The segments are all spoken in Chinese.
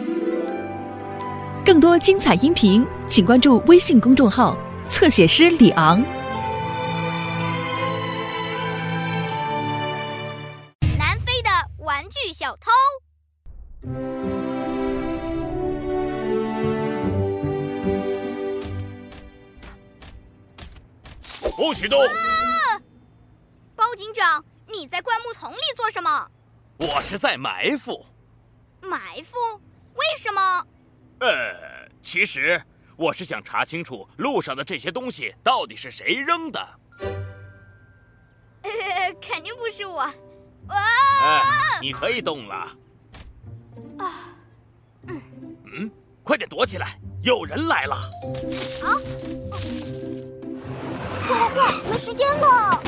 更多精彩音频，请关注微信公众号“侧写师李昂”。 南非的玩具小偷。 不许动！ 包警长，你在灌木丛里做什么？ 我是在埋伏。 埋伏？为什么？ 其实我是想查清楚路上的这些东西到底是谁扔的。 肯定不是我。 你可以动了。快点躲起来，有人来了。 快，没时间了！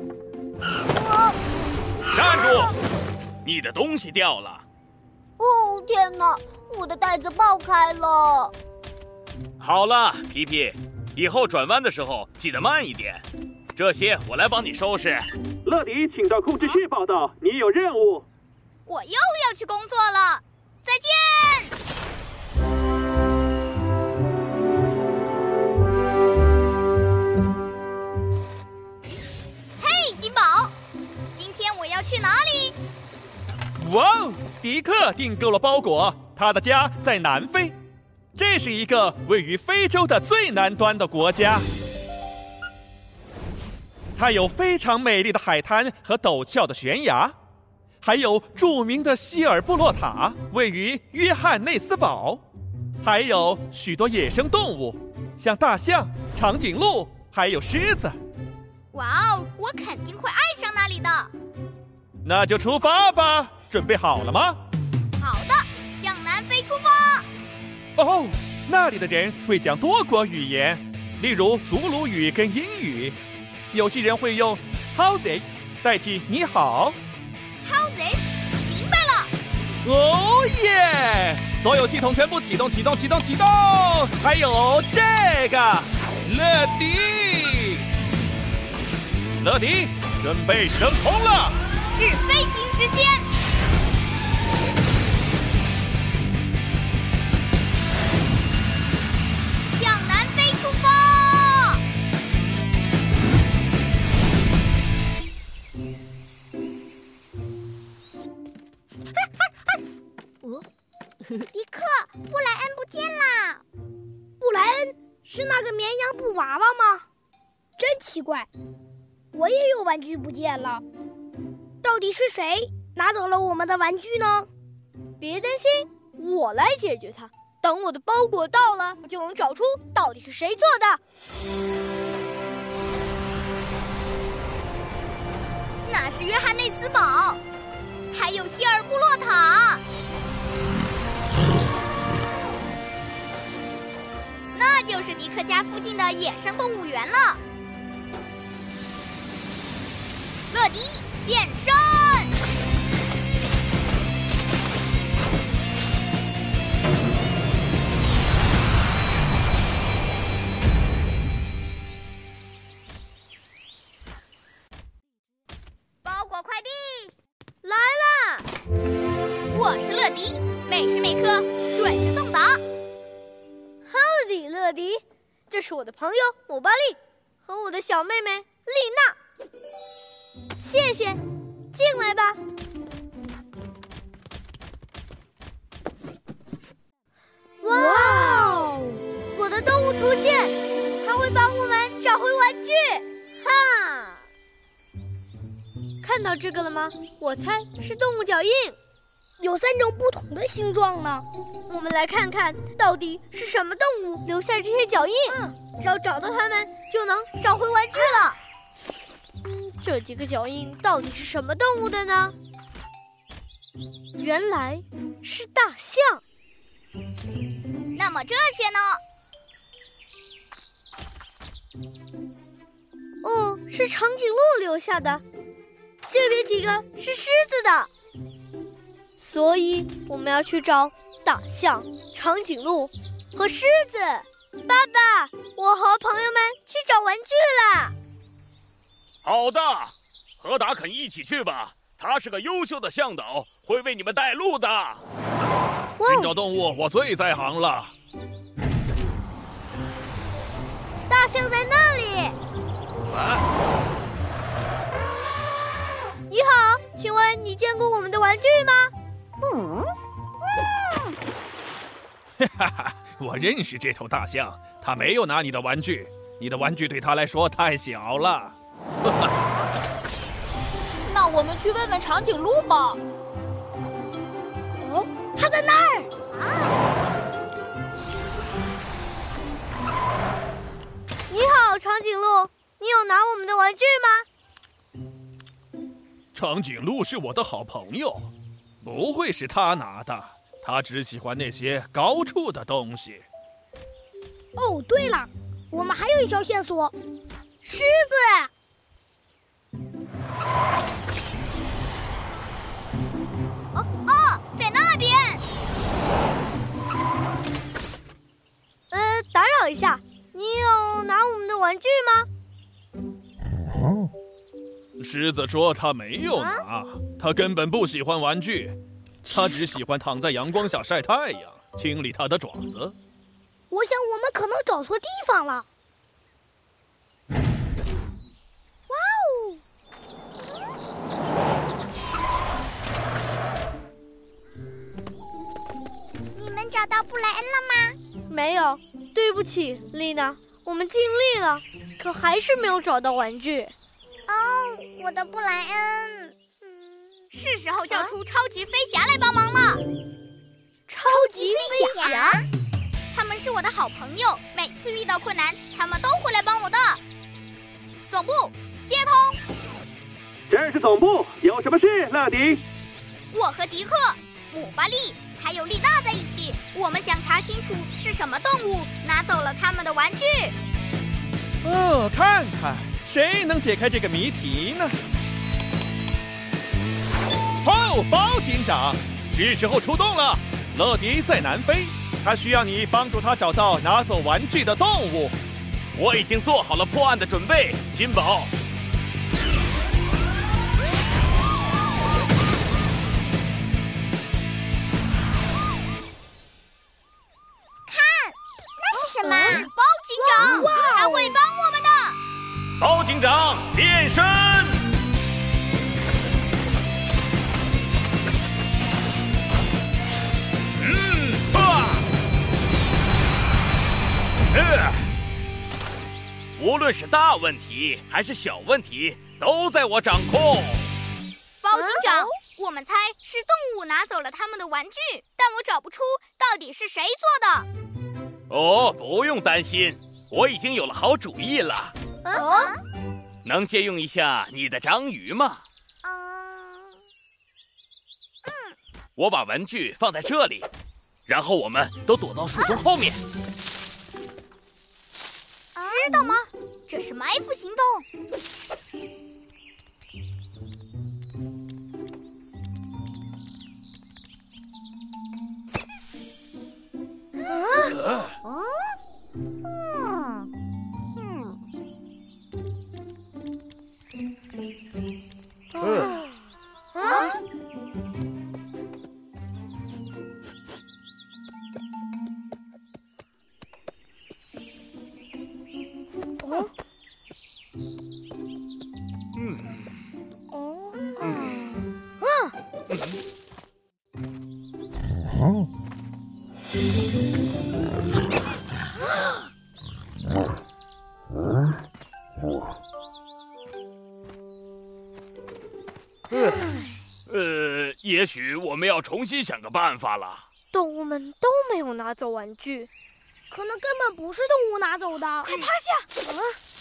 站住！你的东西掉了。 哦，天哪，我的袋子爆开了。 好了，皮皮，以后转弯的时候记得慢一点。这些我来帮你收拾。 乐迪，请到控制室报道，你有任务。 我又要去工作了，再见。嘿，金宝，今天我要去哪里？ 哇哦，迪克订购了包裹，他的家在南非，这是一个位于非洲的最南端的国家。它有非常美丽的海滩和陡峭的悬崖，还有著名的希尔布洛塔，位于约翰内斯堡，还有许多野生动物，像大象、长颈鹿，还有狮子。 哇哦，我肯定会爱上那里的。 那就出发吧，准备好了吗？ 好的，向南非出发。 哦，那里的人会讲多国语言，例如祖鲁语跟英语。有些人会用 How's it 代替你好。 How's it？ 明白了。 哦耶！所有系统全部启动！还有这个，乐迪，准备升空了。 是飞行时间。向南非出发。 迪克，布莱恩不见啦！ 布莱恩是那个绵羊布娃娃吗？真奇怪，我也有玩具不见了。到底是谁拿走了我们的玩具呢？ 别担心，我来解决它。等我的包裹到了，我就能找出到底是谁做的。 那是约翰内斯堡，还有希尔布洛塔。那就是迪克家附近的野生动物园了。乐迪变身！包裹快递来啦！ 我是乐迪，每时每刻准时送达。 乐迪，这是我的朋友姆巴利和我的小妹妹丽娜。谢谢，进来吧。哇哦，我的动物图鉴，它会帮我们找回玩具。哈，看到这个了吗？我猜是动物脚印。 有3种不同的形状呢。 我们来看看到底是什么动物留下这些脚印。只要找到它们，就能找回玩具了。这几个脚印到底是什么动物的呢？原来是大象。 那么这些呢？ 哦，是长颈鹿留下的。这边几个是狮子的。所以我们要去找大象、长颈鹿和狮子。爸爸，我和朋友们去找玩具啦。 好的，和达肯一起去吧，他是个优秀的向导，会为你们带路的。 寻找动物我最在行了。 大象在那里。你好，请问你见过我们的玩具吗？ 哈哈，我认识这头大象，它没有拿你的玩具，你的玩具对它来说太小了。 那我们去问问长颈鹿吧。 哦，它在那儿。 你好，长颈鹿，你有拿我们的玩具吗？ 长颈鹿是我的好朋友，不会是他拿的，他只喜欢那些高处的东西。 哦，对了，我们还有一条线索，狮子。 在那边。 打扰一下，你有拿我们的玩具吗？ 狮子说他没有拿，他根本不喜欢玩具，他只喜欢躺在阳光下晒太阳，清理他的爪子。 我想我们可能找错地方了。 哇哦！ 你们找到布莱恩了吗？ 没有，对不起，丽娜，我们尽力了，可还是没有找到玩具。 哦，我的布莱恩。是时候叫出超级飞侠来帮忙了。 超级飞侠？ 他们是我的好朋友，每次遇到困难，他们都会来帮我的。总部接通。 这是总部，有什么事，乐迪？ 我和迪克、姆巴利还有丽娜在一起，我们想查清楚是什么动物拿走了他们的玩具。 哦，看看谁能解开这个谜题呢？哦，包警长，是时候出动了。乐迪在南非，他需要你帮助他找到拿走玩具的动物。 我已经做好了破案的准备，金宝。 什么？是包警长，他会帮我们的。 包警长变身。无论是大问题还是小问题，都在我掌控。 包警长，我们猜是动物拿走了他们的玩具，但我找不出到底是谁做的。 哦，不用担心，我已经有了好主意了。能借用一下你的章鱼吗？我把玩具放在这里，然后我们都躲到树丛后面。 知道吗？这是埋伏行动。 也许我们要重新想个办法了。 动物们都没有拿走玩具， 可能根本不是动物拿走的。 快趴下！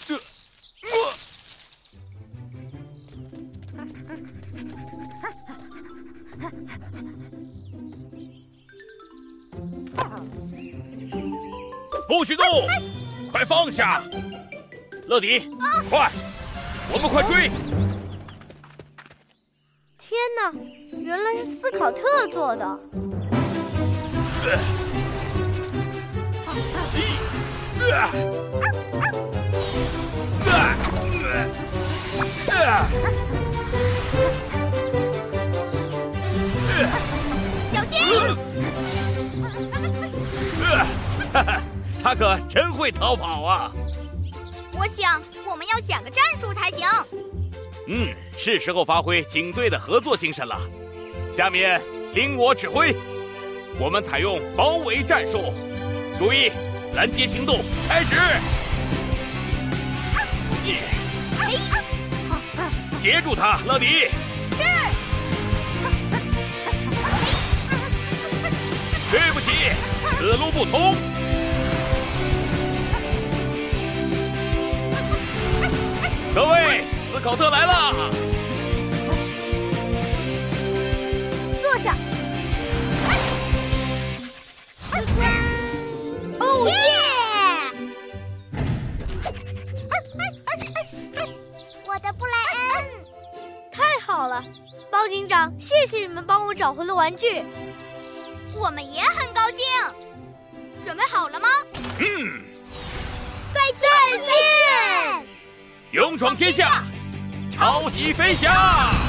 不许动！快放下！乐迪，快！我们快追！ 天哪，原来是斯考特做的。 小心！ 哈哈，他可真会逃跑啊！ 我想我们要想个战术才行。 是时候发挥警队的合作精神了。下面听我指挥，我们采用包围战术。注意，拦截行动开始！截住他，乐迪！ 是。 对不起，此路不通。各位，斯考特来了。 坐下。 哦耶！我的布莱恩。 太好了，包警长，谢谢你们帮我找回了玩具。 我们也很高兴。准备好了吗？ 再见！ 勇闯天下，超级飞侠。